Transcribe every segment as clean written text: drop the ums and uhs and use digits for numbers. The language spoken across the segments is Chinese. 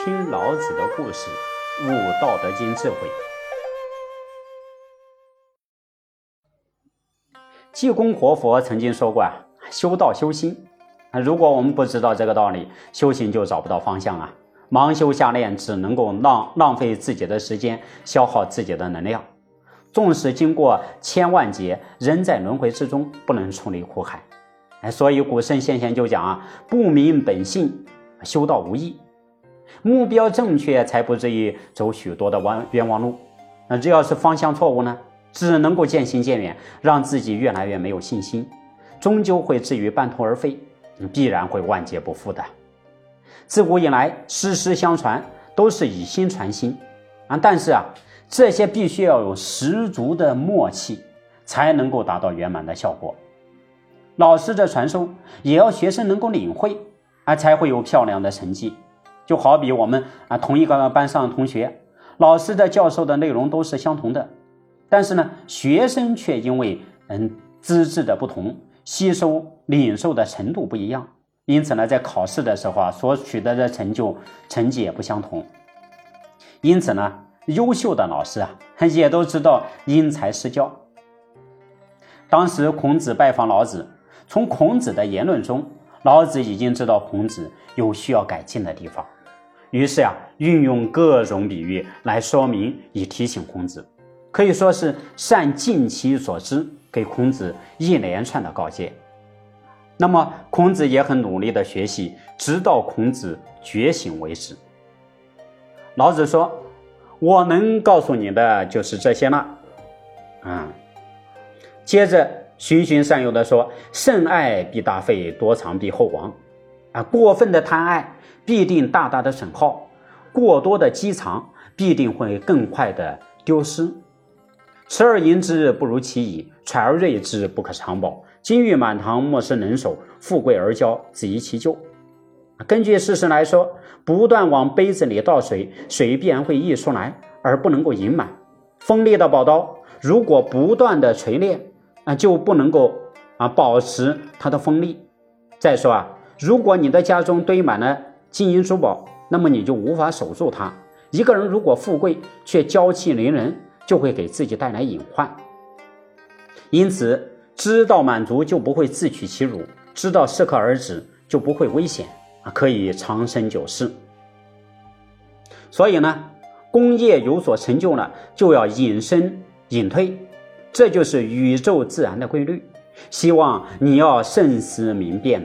听老子的故事，悟道德经智慧。济公活佛曾经说过修道修心。如果我们不知道这个道理，修行就找不到方向盲修瞎练，只能够浪费自己的时间，消耗自己的能量。纵使经过千万劫，仍在轮回之中，不能出离苦海。所以古圣先贤就讲不明本性，修道无益。目标正确，才不至于走许多的冤枉路。只要是方向错误呢，只能够渐行渐远，让自己越来越没有信心，终究会至于半途而废，必然会万劫不复的。自古以来，世世相传，都是以心传心但是这些必须要有十足的默契，才能够达到圆满的效果。老师的传授也要学生能够领会才会有漂亮的成绩。就好比我们同一个班上的同学，老师的教授的内容都是相同的，但是呢，学生却因为资质的不同，吸收领受的程度不一样，因此呢，在考试的时候所取得的成绩也不相同。因此呢，优秀的老师也都知道因材施教。当时孔子拜访老子，从孔子的言论中，老子已经知道孔子有需要改进的地方，于是运用各种比喻来说明，以提醒孔子，可以说是善尽其所知，给孔子一连串的告诫。那么孔子也很努力的学习，直到孔子觉醒为止。老子说，我能告诉你的就是这些了。接着循循善诱的说，甚爱必大费，多藏必厚亡。过分的贪爱必定大大的损耗，过多的积藏必定会更快的丢失。持而盈之，不如其已；揣而锐之，不可长保。金玉满堂，莫使能守；富贵而骄，自遗其咎。根据事实来说，不断往杯子里倒水，水必然会溢出来，而不能够盈满。锋利的宝刀如果不断的锤炼就不能够保持它的锋利。再说如果你的家中堆满了金银珠宝，那么你就无法守住它。一个人如果富贵却娇气凌人，就会给自己带来隐患。因此知道满足就不会自取其辱，知道适可而止就不会危险，可以长生久世。所以呢，功业有所成就了，就要隐身隐退，这就是宇宙自然的规律。希望你要慎思明辨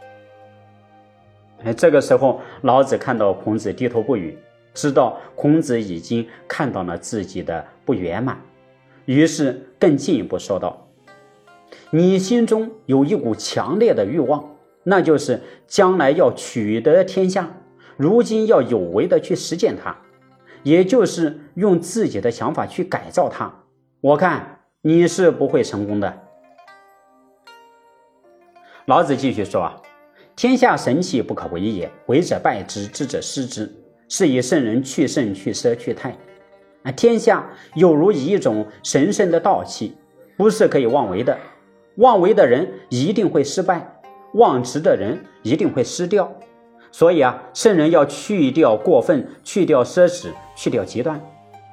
这个时候老子看到孔子低头不语，知道孔子已经看到了自己的不圆满，于是更进一步说道，你心中有一股强烈的欲望，那就是将来要取得天下，如今要有为的去实践它，也就是用自己的想法去改造它。我看你是不会成功的。老子继续说天下神器不可为也，为者败之，知者失之。是以圣人去圣去奢去泰。天下有如一种神圣的道器，不是可以妄为的。妄为的人一定会失败，妄执的人一定会失掉。所以圣人要去掉过分，去掉奢侈，去掉极端。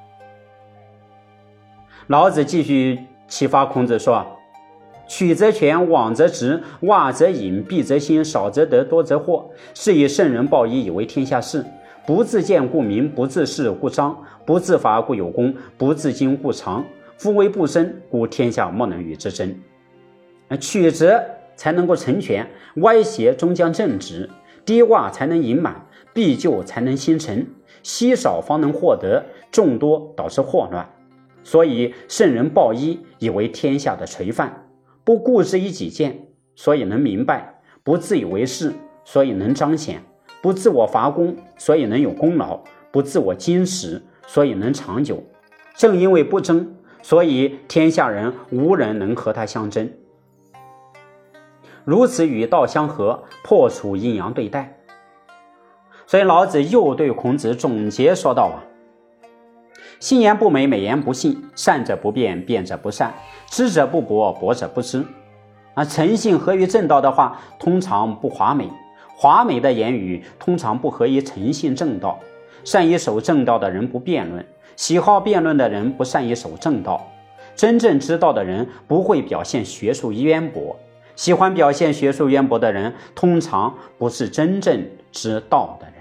老子继续启发孔子说，曲则全，枉则直，洼则隐，敝则新，少则得，多则惑。是以圣人抱以为天下事，不自见故明，不自是故彰，不自伐故有功，不自矜故长。夫为不争，故天下莫能与之争。曲折才能够成全，歪斜终将正直，低洼才能盈满，敝就才能新陈，稀少方能获得，众多导致祸乱。所以圣人抱一以为天下的垂范，不固执于己见，所以能明白；不自以为是，所以能彰显；不自我伐功，所以能有功劳；不自我矜持，所以能长久。正因为不争，所以天下人无人能和他相争。如此与道相合，破除阴阳对待。所以老子又对孔子总结说道信言不美，美言不信；善者不辩，辩者不善；知者不博，博者不知。诚信合于正道的话，通常不华美；华美的言语通常不合于诚信正道。 善于守正道的人不辩论，喜好辩论的人不善于守正道。真正知道的人不会表现学术渊博，喜欢表现学术渊博的人通常不是真正知道的人。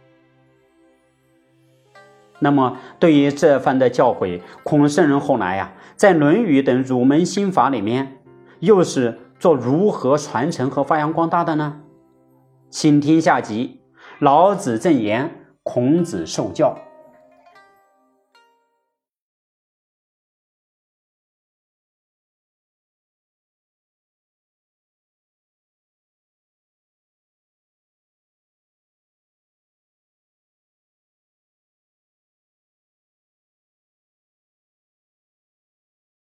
那么对于这番的教诲，孔圣人后来在《论语》等儒门心法里面又是做如何传承和发扬光大的呢？请听下集，老子赠言，孔子受教。